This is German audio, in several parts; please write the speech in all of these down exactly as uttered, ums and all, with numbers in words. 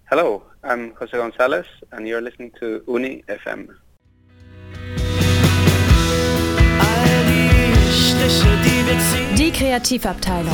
Hello, I'm José González and you're listening to Uni F M. Die Kreativabteilung.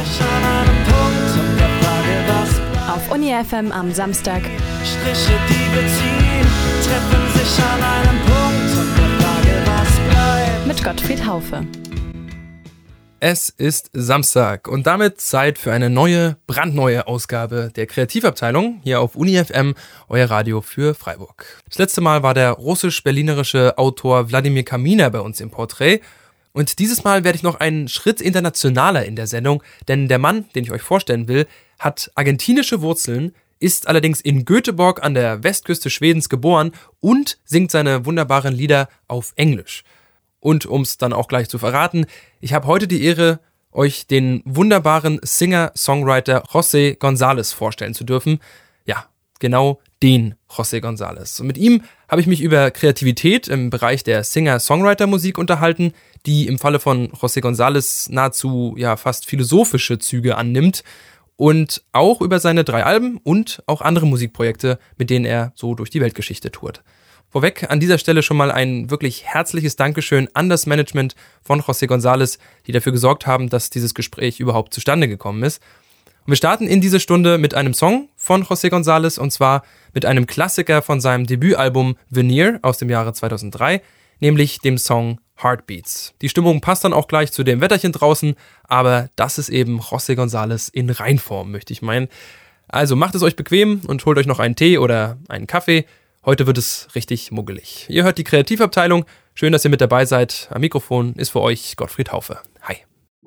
Auf Uni F M am Samstag. Striche, die wir ziehen, treffen sich an einem Punkt und der Frage, was bleibt. Mit Gottfried Haufe. Es ist Samstag und damit Zeit für eine neue, brandneue Ausgabe der Kreativabteilung hier auf Uni F M, euer Radio für Freiburg. Das letzte Mal war der russisch-berlinerische Autor Wladimir Kaminer bei uns im Porträt. Und dieses Mal werde ich noch einen Schritt internationaler in der Sendung, denn der Mann, den ich euch vorstellen will, hat argentinische Wurzeln, ist allerdings in Göteborg an der Westküste Schwedens geboren und singt seine wunderbaren Lieder auf Englisch. Und um es dann auch gleich zu verraten, ich habe heute die Ehre, euch den wunderbaren Singer-Songwriter José González vorstellen zu dürfen. Ja, genau den José González. Und mit ihm habe ich mich über Kreativität im Bereich der Singer-Songwriter-Musik unterhalten, die im Falle von José González nahezu ja fast philosophische Züge annimmt. Und auch über seine drei Alben und auch andere Musikprojekte, mit denen er so durch die Weltgeschichte tourt. Vorweg an dieser Stelle schon mal ein wirklich herzliches Dankeschön an das Management von José González, die dafür gesorgt haben, dass dieses Gespräch überhaupt zustande gekommen ist. Und wir starten in diese Stunde mit einem Song von José González und zwar mit einem Klassiker von seinem Debütalbum Veneer aus dem Jahre zweitausenddrei, nämlich dem Song Heartbeats. Die Stimmung passt dann auch gleich zu dem Wetterchen draußen, aber das ist eben José González in Reinform, möchte ich meinen. Also macht es euch bequem und holt euch noch einen Tee oder einen Kaffee. Heute wird es richtig muggelig. Ihr hört die Kreativabteilung. Schön, dass ihr mit dabei seid. Am Mikrofon ist für euch Gottfried Haufe. Hi.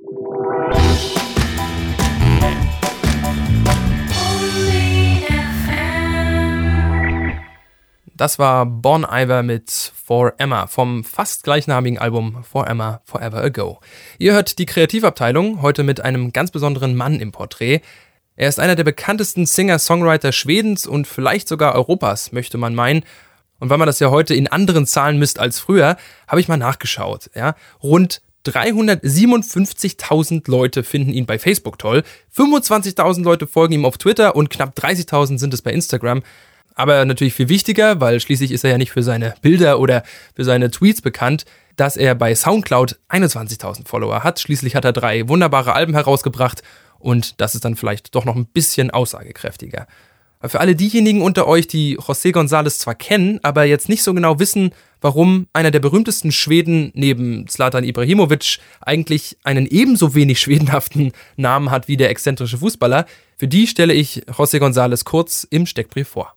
Das war Bon Iver mit For Emma vom fast gleichnamigen Album For Emma Forever Ago. Ihr hört die Kreativabteilung heute mit einem ganz besonderen Mann im Porträt. Er ist einer der bekanntesten Singer-Songwriter Schwedens und vielleicht sogar Europas, möchte man meinen. Und weil man das ja heute in anderen Zahlen misst als früher, habe ich mal nachgeschaut. Ja? Rund dreihundertsiebenundfünfzigtausend Leute finden ihn bei Facebook toll, fünfundzwanzigtausend Leute folgen ihm auf Twitter und knapp dreißigtausend sind es bei Instagram. Aber natürlich viel wichtiger, weil schließlich ist er ja nicht für seine Bilder oder für seine Tweets bekannt, dass er bei Soundcloud einundzwanzigtausend Follower hat. Schließlich hat er drei wunderbare Alben herausgebracht. Und das ist dann vielleicht doch noch ein bisschen aussagekräftiger. Aber für alle diejenigen unter euch, die José González zwar kennen, aber jetzt nicht so genau wissen, warum einer der berühmtesten Schweden neben Zlatan Ibrahimovic eigentlich einen ebenso wenig schwedenhaften Namen hat wie der exzentrische Fußballer, für die stelle ich José González kurz im Steckbrief vor.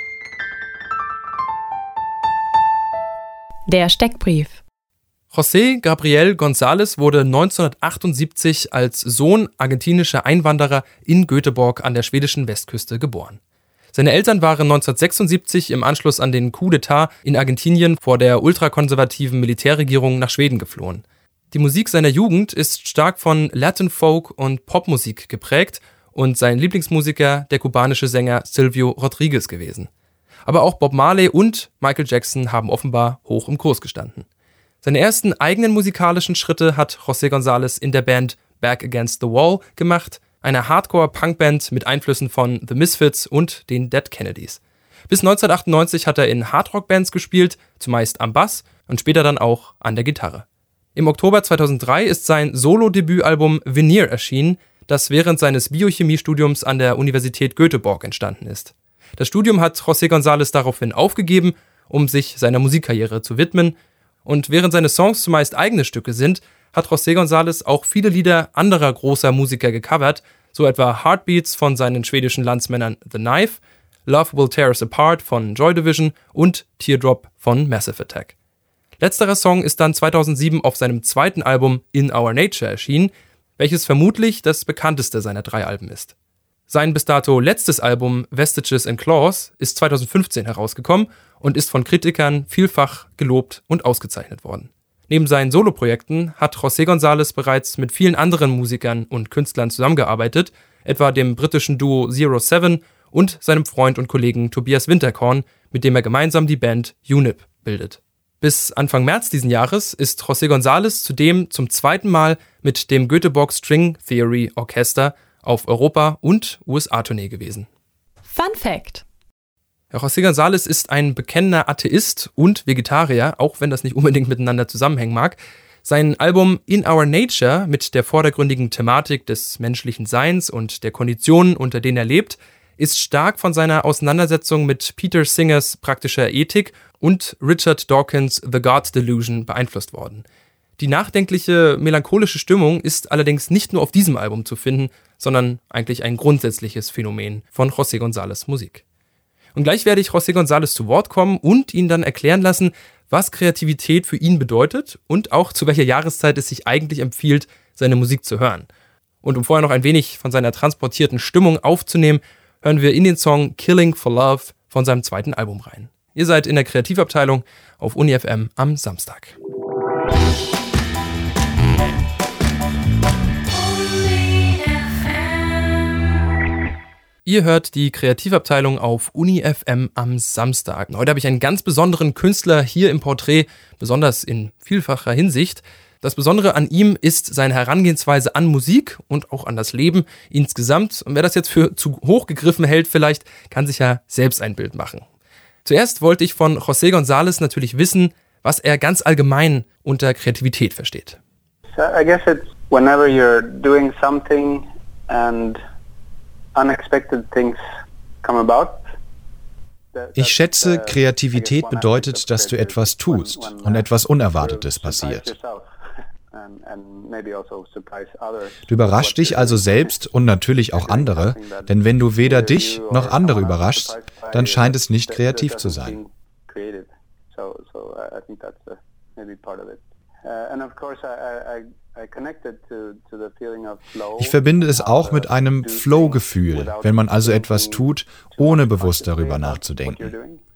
Der Steckbrief. José Gabriel González wurde neunzehnhundertachtundsiebzig als Sohn argentinischer Einwanderer in Göteborg an der schwedischen Westküste geboren. Seine Eltern waren neunzehnhundertsechsundsiebzig im Anschluss an den Coup d'État in Argentinien vor der ultrakonservativen Militärregierung nach Schweden geflohen. Die Musik seiner Jugend ist stark von Latin Folk und Popmusik geprägt und sein Lieblingsmusiker der kubanische Sänger Silvio Rodríguez gewesen. Aber auch Bob Marley und Michael Jackson haben offenbar hoch im Kurs gestanden. Seine ersten eigenen musikalischen Schritte hat José González in der Band Back Against the Wall gemacht, einer Hardcore-Punkband mit Einflüssen von The Misfits und den Dead Kennedys. Bis neunzehnhundertachtundneunzig hat er in Hardrock-Bands gespielt, zumeist am Bass und später dann auch an der Gitarre. Im Oktober zweitausenddrei ist sein Solo-Debütalbum Veneer erschienen, das während seines Biochemiestudiums an der Universität Göteborg entstanden ist. Das Studium hat José González daraufhin aufgegeben, um sich seiner Musikkarriere zu widmen. Und während seine Songs zumeist eigene Stücke sind, hat José González auch viele Lieder anderer großer Musiker gecovert, so etwa Heartbeats von seinen schwedischen Landsmännern The Knife, Love Will Tear Us Apart von Joy Division und Teardrop von Massive Attack. Letzterer Song ist dann zweitausendsieben auf seinem zweiten Album In Our Nature erschienen, welches vermutlich das bekannteste seiner drei Alben ist. Sein bis dato letztes Album Vestiges and Claws ist zweitausendfünfzehn herausgekommen und ist von Kritikern vielfach gelobt und ausgezeichnet worden. Neben seinen Soloprojekten hat José González bereits mit vielen anderen Musikern und Künstlern zusammengearbeitet, etwa dem britischen Duo Zero Seven und seinem Freund und Kollegen Tobias Winterkorn, mit dem er gemeinsam die Band U N I P bildet. Bis Anfang März diesen Jahres ist José González zudem zum zweiten Mal mit dem Göteborg String Theory Orchester auf Europa- und U S A-Tournee gewesen. Fun Fact: José González ist ein bekennender Atheist und Vegetarier, auch wenn das nicht unbedingt miteinander zusammenhängen mag. Sein Album In Our Nature mit der vordergründigen Thematik des menschlichen Seins und der Konditionen, unter denen er lebt, ist stark von seiner Auseinandersetzung mit Peter Singers praktischer Ethik und Richard Dawkins' The God Delusion beeinflusst worden. Die nachdenkliche, melancholische Stimmung ist allerdings nicht nur auf diesem Album zu finden, sondern eigentlich ein grundsätzliches Phänomen von José González Musik. Und gleich werde ich José González zu Wort kommen und ihn dann erklären lassen, was Kreativität für ihn bedeutet und auch zu welcher Jahreszeit es sich eigentlich empfiehlt, seine Musik zu hören. Und um vorher noch ein wenig von seiner transportierten Stimmung aufzunehmen, hören wir in den Song Killing for Love von seinem zweiten Album rein. Ihr seid in der Kreativabteilung auf Uni F M am Samstag. Ihr hört die Kreativabteilung auf Uni F M am Samstag. Heute habe ich einen ganz besonderen Künstler hier im Porträt, besonders in vielfacher Hinsicht. Das Besondere an ihm ist seine Herangehensweise an Musik und auch an das Leben insgesamt. Und wer das jetzt für zu hoch gegriffen hält vielleicht, kann sich ja selbst ein Bild machen. Zuerst wollte ich von José González natürlich wissen, was er ganz allgemein unter Kreativität versteht. So I guess it's whenever you're doing something and unexpected things come about. Ich schätze, Kreativität bedeutet, dass du etwas tust und etwas Unerwartetes passiert. Du überraschst dich also selbst und natürlich auch andere, denn wenn du weder dich noch andere überraschst, dann scheint es nicht kreativ zu sein. Ich verbinde es auch mit einem Flow-Gefühl, wenn man also etwas tut, ohne bewusst darüber nachzudenken.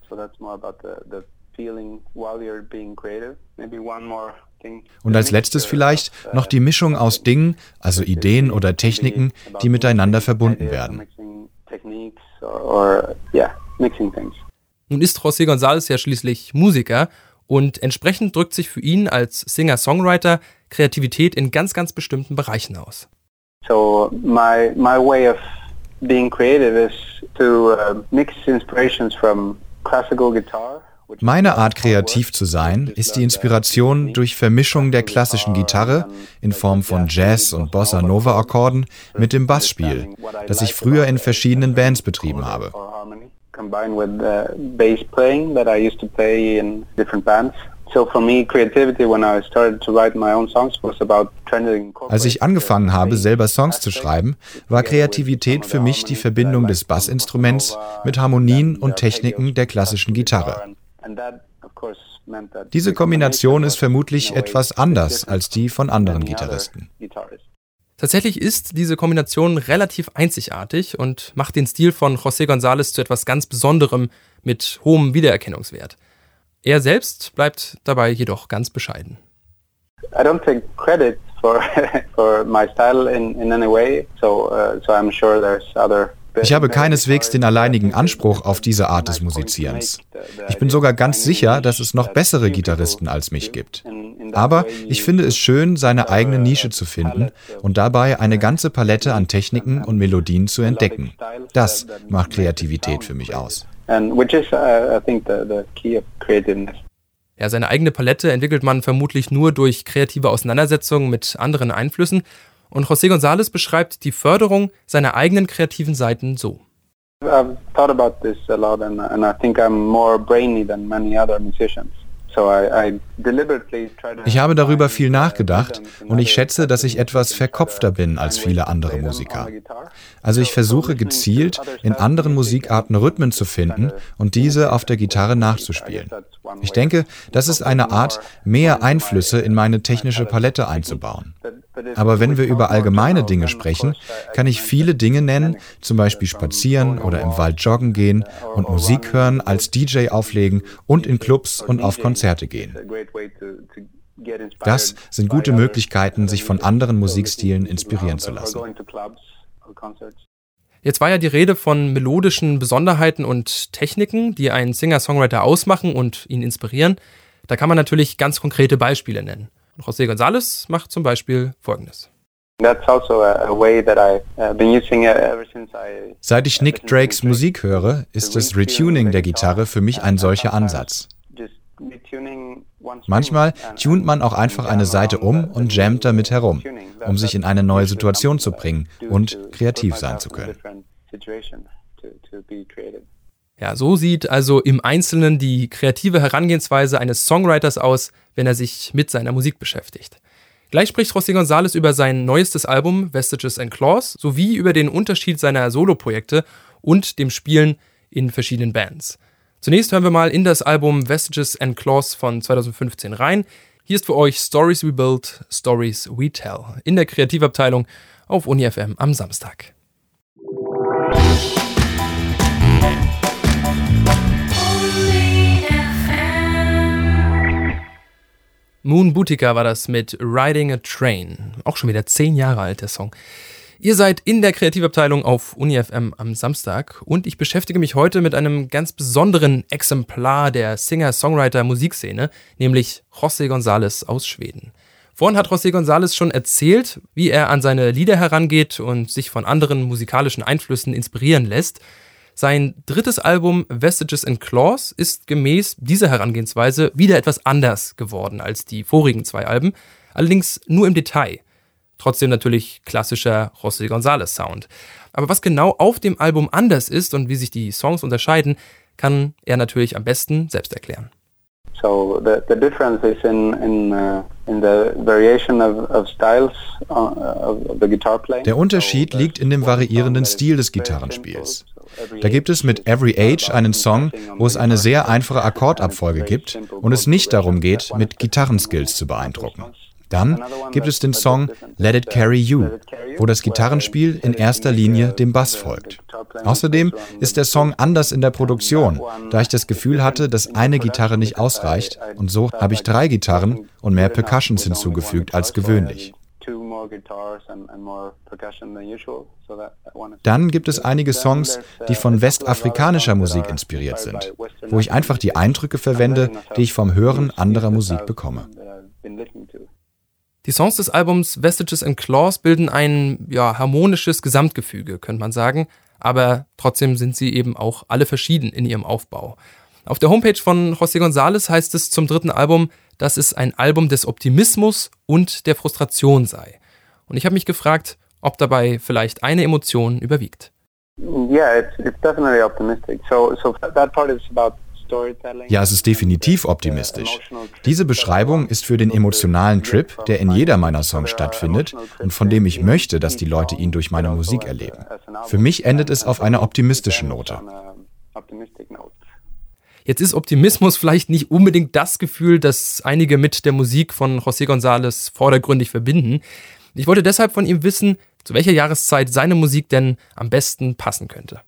Und als letztes vielleicht noch die Mischung aus Dingen, also Ideen oder Techniken, die miteinander verbunden werden. Nun ist José González ja schließlich Musiker und entsprechend drückt sich für ihn als Singer-Songwriter Kreativität in ganz, ganz bestimmten Bereichen aus. So my my way of being creative is to uh, mix inspirations from classical guitar. Meine Art, kreativ zu sein, ist die Inspiration durch Vermischung der klassischen Gitarre in Form von Jazz- und Bossa-Nova-Akkorden mit dem Bassspiel, das ich früher in verschiedenen Bands betrieben habe. Combined with the bass playing that I used to play in different bands. So for me, creativity when I started to write my own songs was about trying to incorporate. Als ich angefangen habe, selber Songs zu schreiben, war Kreativität für mich die Verbindung des Bassinstruments mit Harmonien und Techniken der klassischen Gitarre. Diese Kombination ist vermutlich etwas anders als die von anderen Gitarristen. Tatsächlich ist diese Kombination relativ einzigartig und macht den Stil von José González zu etwas ganz Besonderem mit hohem Wiedererkennungswert. Er selbst bleibt dabei jedoch ganz bescheiden. I don't take credit for for my style in in any way, so uh, so I'm sure there's other. Ich habe keineswegs den alleinigen Anspruch auf diese Art des Musizierens. Ich bin sogar ganz sicher, dass es noch bessere Gitarristen als mich gibt. Aber ich finde es schön, seine eigene Nische zu finden und dabei eine ganze Palette an Techniken und Melodien zu entdecken. Das macht Kreativität für mich aus. Ja, seine eigene Palette entwickelt man vermutlich nur durch kreative Auseinandersetzungen mit anderen Einflüssen. Und José González beschreibt die Förderung seiner eigenen kreativen Seiten so. I've thought about this a lot and, and I think I'm more brainy than many other musicians. So I, I deliberately try to. Ich habe darüber viel nachgedacht und ich schätze, dass ich etwas verkopfter bin als viele andere Musiker. Also ich versuche gezielt, in anderen Musikarten Rhythmen zu finden und diese auf der Gitarre nachzuspielen. Ich denke, das ist eine Art, mehr Einflüsse in meine technische Palette einzubauen. Aber wenn wir über allgemeine Dinge sprechen, kann ich viele Dinge nennen, zum Beispiel spazieren oder im Wald joggen gehen und Musik hören, als D J auflegen und in Clubs und auf Konzerte gehen. Das sind gute Möglichkeiten, sich von anderen Musikstilen inspirieren zu lassen. Jetzt war ja die Rede von melodischen Besonderheiten und Techniken, die einen Singer-Songwriter ausmachen und ihn inspirieren. Da kann man natürlich ganz konkrete Beispiele nennen. Und José González macht zum Beispiel Folgendes. Seit ich Nick Drakes Musik höre, ist das Retuning der Gitarre für mich ein solcher Ansatz. Manchmal tunt man auch einfach eine Saite um und jammt damit herum, um sich in eine neue Situation zu bringen und kreativ sein zu können. Ja, so sieht also im Einzelnen die kreative Herangehensweise eines Songwriters aus, wenn er sich mit seiner Musik beschäftigt. Gleich spricht José González über sein neuestes Album Vestiges and Claws sowie über den Unterschied seiner Soloprojekte und dem Spielen in verschiedenen Bands. Zunächst hören wir mal in das Album Vestiges and Claws von zweitausendfünfzehn rein. Hier ist für euch Stories We Build, Stories We Tell in der Kreativabteilung auf Uni F M am Samstag. Moon Boutica war das mit Riding a Train. Auch schon wieder zehn Jahre alt, der Song. Ihr seid in der Kreativabteilung auf Uni F M am Samstag und ich beschäftige mich heute mit einem ganz besonderen Exemplar der Singer-Songwriter-Musikszene, nämlich José González aus Schweden. Vorhin hat José González schon erzählt, wie er an seine Lieder herangeht und sich von anderen musikalischen Einflüssen inspirieren lässt. Sein drittes Album Vestiges and Claws ist gemäß dieser Herangehensweise wieder etwas anders geworden als die vorigen zwei Alben, allerdings nur im Detail. Trotzdem natürlich klassischer José González Sound. Aber was genau auf dem Album anders ist und wie sich die Songs unterscheiden, kann er natürlich am besten selbst erklären. So the the difference is in in uh, in the variation of of styles uh, of the guitar playing. Der Unterschied liegt in dem variierenden Stil des Gitarrenspiels. Da gibt es mit Every Age einen Song, wo es eine sehr einfache Akkordabfolge gibt und es nicht darum geht, mit Gitarrenskills zu beeindrucken. Dann gibt es den Song Let It Carry You, wo das Gitarrenspiel in erster Linie dem Bass folgt. Außerdem ist der Song anders in der Produktion, da ich das Gefühl hatte, dass eine Gitarre nicht ausreicht und so habe ich drei Gitarren und mehr Percussions hinzugefügt als gewöhnlich. Dann gibt es einige Songs, die von westafrikanischer Musik inspiriert sind, wo ich einfach die Eindrücke verwende, die ich vom Hören anderer Musik bekomme. Die Songs des Albums Vestiges and Claws bilden ein ja, harmonisches Gesamtgefüge, könnte man sagen, aber trotzdem sind sie eben auch alle verschieden in ihrem Aufbau. Auf der Homepage von José González heißt es zum dritten Album, dass es ein Album des Optimismus und der Frustration sei. Und ich habe mich gefragt, ob dabei vielleicht eine Emotion überwiegt. Yeah, it's, it's definitely optimistic. So, so that part is about storytelling. Ja, es ist definitiv optimistisch. Diese Beschreibung ist für den emotionalen Trip, der in jeder meiner Songs stattfindet und von dem ich möchte, dass die Leute ihn durch meine Musik erleben. Für mich endet es auf einer optimistischen Note. Jetzt ist Optimismus vielleicht nicht unbedingt das Gefühl, das einige mit der Musik von José González vordergründig verbinden. Ich wollte deshalb von ihm wissen, zu welcher Jahreszeit seine Musik denn am besten passen könnte.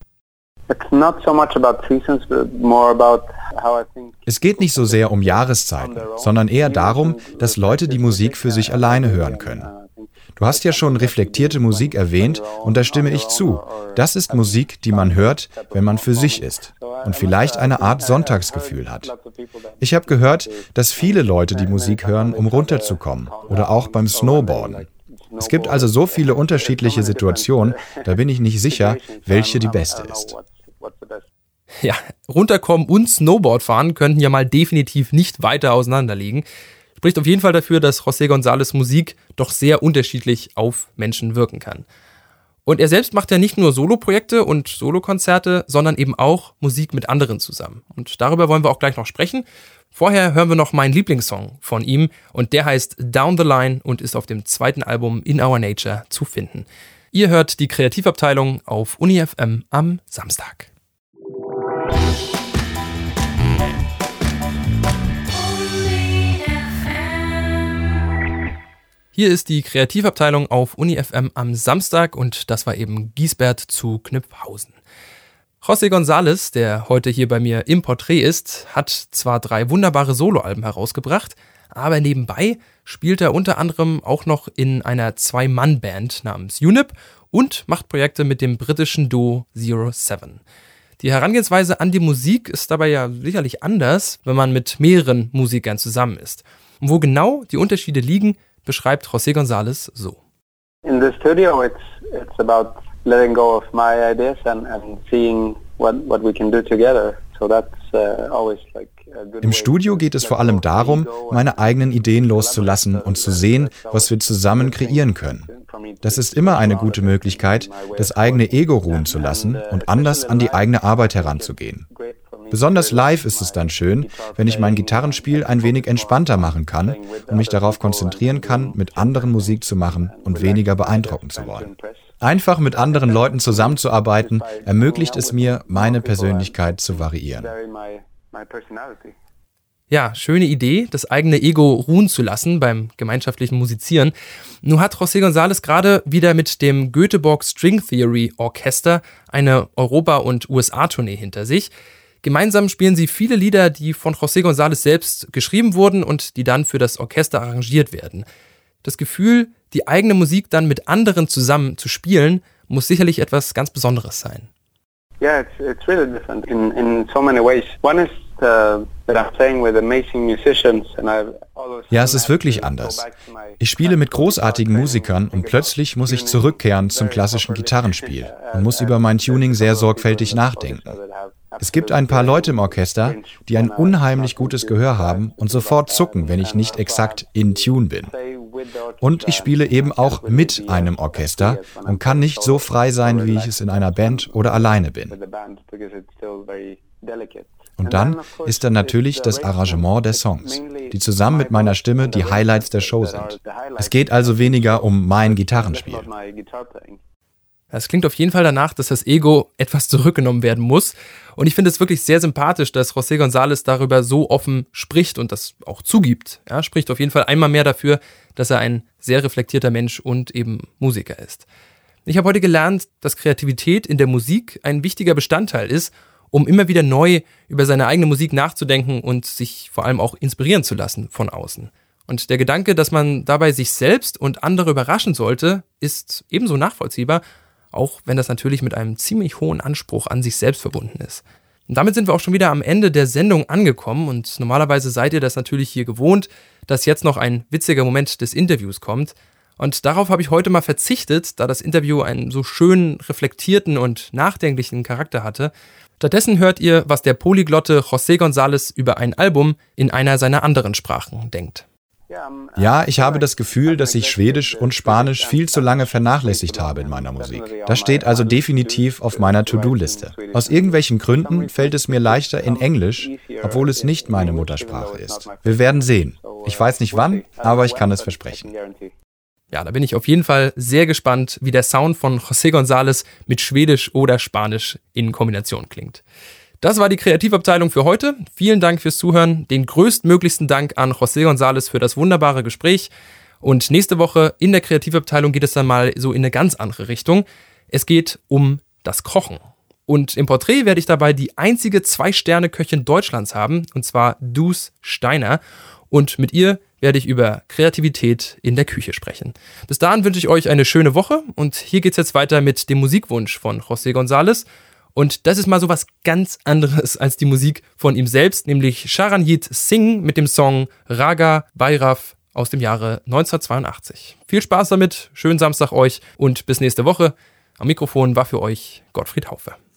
Es geht nicht so sehr um Jahreszeiten, sondern eher darum, dass Leute die Musik für sich alleine hören können. Du hast ja schon reflektierte Musik erwähnt und da stimme ich zu. Das ist Musik, die man hört, wenn man für sich ist und vielleicht eine Art Sonntagsgefühl hat. Ich habe gehört, dass viele Leute die Musik hören, um runterzukommen oder auch beim Snowboarden. Es gibt also so viele unterschiedliche Situationen, da bin ich nicht sicher, welche die beste ist. Ja, runterkommen und Snowboard fahren könnten ja mal definitiv nicht weiter auseinander liegen. Spricht auf jeden Fall dafür, dass José González Musik doch sehr unterschiedlich auf Menschen wirken kann. Und er selbst macht ja nicht nur Soloprojekte und Solokonzerte, sondern eben auch Musik mit anderen zusammen. Und darüber wollen wir auch gleich noch sprechen. Vorher hören wir noch meinen Lieblingssong von ihm und der heißt Down the Line und ist auf dem zweiten Album In Our Nature zu finden. Ihr hört die Kreativabteilung auf Uni F M am Samstag. Hier ist die Kreativabteilung auf Uni F M am Samstag und das war eben Giesbert zu Knüpfhausen. José González, der heute hier bei mir im Porträt ist, hat zwar drei wunderbare Soloalben herausgebracht, aber nebenbei spielt er unter anderem auch noch in einer Zwei-Mann-Band namens UNIP und macht Projekte mit dem britischen Duo Zero Seven. Die Herangehensweise an die Musik ist dabei ja sicherlich anders, wenn man mit mehreren Musikern zusammen ist. Und wo genau die Unterschiede liegen, beschreibt José González so. In the studio, it's it's about letting go of my ideas and, and seeing what what we can do together. So that's uh, always like a good. Im Studio geht es vor allem darum, meine eigenen Ideen loszulassen und zu sehen, was wir zusammen kreieren können. Das ist immer eine gute Möglichkeit, das eigene Ego ruhen zu lassen und anders an die eigene Arbeit heranzugehen. Besonders live ist es dann schön, wenn ich mein Gitarrenspiel ein wenig entspannter machen kann und mich darauf konzentrieren kann, mit anderen Musik zu machen und weniger beeindrucken zu wollen. Einfach mit anderen Leuten zusammenzuarbeiten, ermöglicht es mir, meine Persönlichkeit zu variieren. Ja, schöne Idee, das eigene Ego ruhen zu lassen beim gemeinschaftlichen Musizieren. Nun hat José González gerade wieder mit dem Göteborg String Theory Orchester eine Europa- und U S A-Tournee hinter sich. Gemeinsam spielen sie viele Lieder, die von José González selbst geschrieben wurden und die dann für das Orchester arrangiert werden. Das Gefühl, die eigene Musik dann mit anderen zusammen zu spielen, muss sicherlich etwas ganz Besonderes sein. Yeah, it's it's really different in in so many ways. One is uh, that I'm playing with amazing musicians and I always. Ja, es ist wirklich anders. Ich spiele mit großartigen Musikern und plötzlich muss ich zurückkehren zum klassischen Gitarrenspiel und muss über mein Tuning sehr sorgfältig nachdenken. Es gibt ein paar Leute im Orchester, die ein unheimlich gutes Gehör haben und sofort zucken, wenn ich nicht exakt in Tune bin. Und ich spiele eben auch mit einem Orchester und kann nicht so frei sein, wie ich es in einer Band oder alleine bin. Und dann ist da natürlich das Arrangement der Songs, die zusammen mit meiner Stimme die Highlights der Show sind. Es geht also weniger um mein Gitarrenspiel. Es klingt auf jeden Fall danach, dass das Ego etwas zurückgenommen werden muss. Und ich finde es wirklich sehr sympathisch, dass José González darüber so offen spricht und das auch zugibt. Er spricht auf jeden Fall einmal mehr dafür, dass er ein sehr reflektierter Mensch und eben Musiker ist. Ich habe heute gelernt, dass Kreativität in der Musik ein wichtiger Bestandteil ist, um immer wieder neu über seine eigene Musik nachzudenken und sich vor allem auch inspirieren zu lassen von außen. Und der Gedanke, dass man dabei sich selbst und andere überraschen sollte, ist ebenso nachvollziehbar, auch wenn das natürlich mit einem ziemlich hohen Anspruch an sich selbst verbunden ist. Und damit sind wir auch schon wieder am Ende der Sendung angekommen und normalerweise seid ihr das natürlich hier gewohnt, dass jetzt noch ein witziger Moment des Interviews kommt. Und darauf habe ich heute mal verzichtet, da das Interview einen so schönen, reflektierten und nachdenklichen Charakter hatte. Stattdessen hört ihr, was der Polyglotte José González über ein Album in einer seiner anderen Sprachen denkt. Ja, ich habe das Gefühl, dass ich Schwedisch und Spanisch viel zu lange vernachlässigt habe in meiner Musik. Das steht also definitiv auf meiner To-Do-Liste. Aus irgendwelchen Gründen fällt es mir leichter in Englisch, obwohl es nicht meine Muttersprache ist. Wir werden sehen. Ich weiß nicht wann, aber ich kann es versprechen. Ja, da bin ich auf jeden Fall sehr gespannt, wie der Sound von José González mit Schwedisch oder Spanisch in Kombination klingt. Das war die Kreativabteilung für heute. Vielen Dank fürs Zuhören. Den größtmöglichsten Dank an José González für das wunderbare Gespräch. Und nächste Woche in der Kreativabteilung geht es dann mal so in eine ganz andere Richtung. Es geht um das Kochen. Und im Porträt werde ich dabei die einzige Zwei-Sterne-Köchin Deutschlands haben, und zwar Dus Steiner. Und mit ihr werde ich über Kreativität in der Küche sprechen. Bis dahin wünsche ich euch eine schöne Woche und hier geht es jetzt weiter mit dem Musikwunsch von José González. Und das ist mal so was ganz anderes als die Musik von ihm selbst, nämlich Charanjit Singh mit dem Song Raga Bhairav aus dem Jahre neunzehnhundertzweiundachtzig. Viel Spaß damit, schönen Samstag euch und bis nächste Woche. Am Mikrofon war für euch Gottfried Haufe.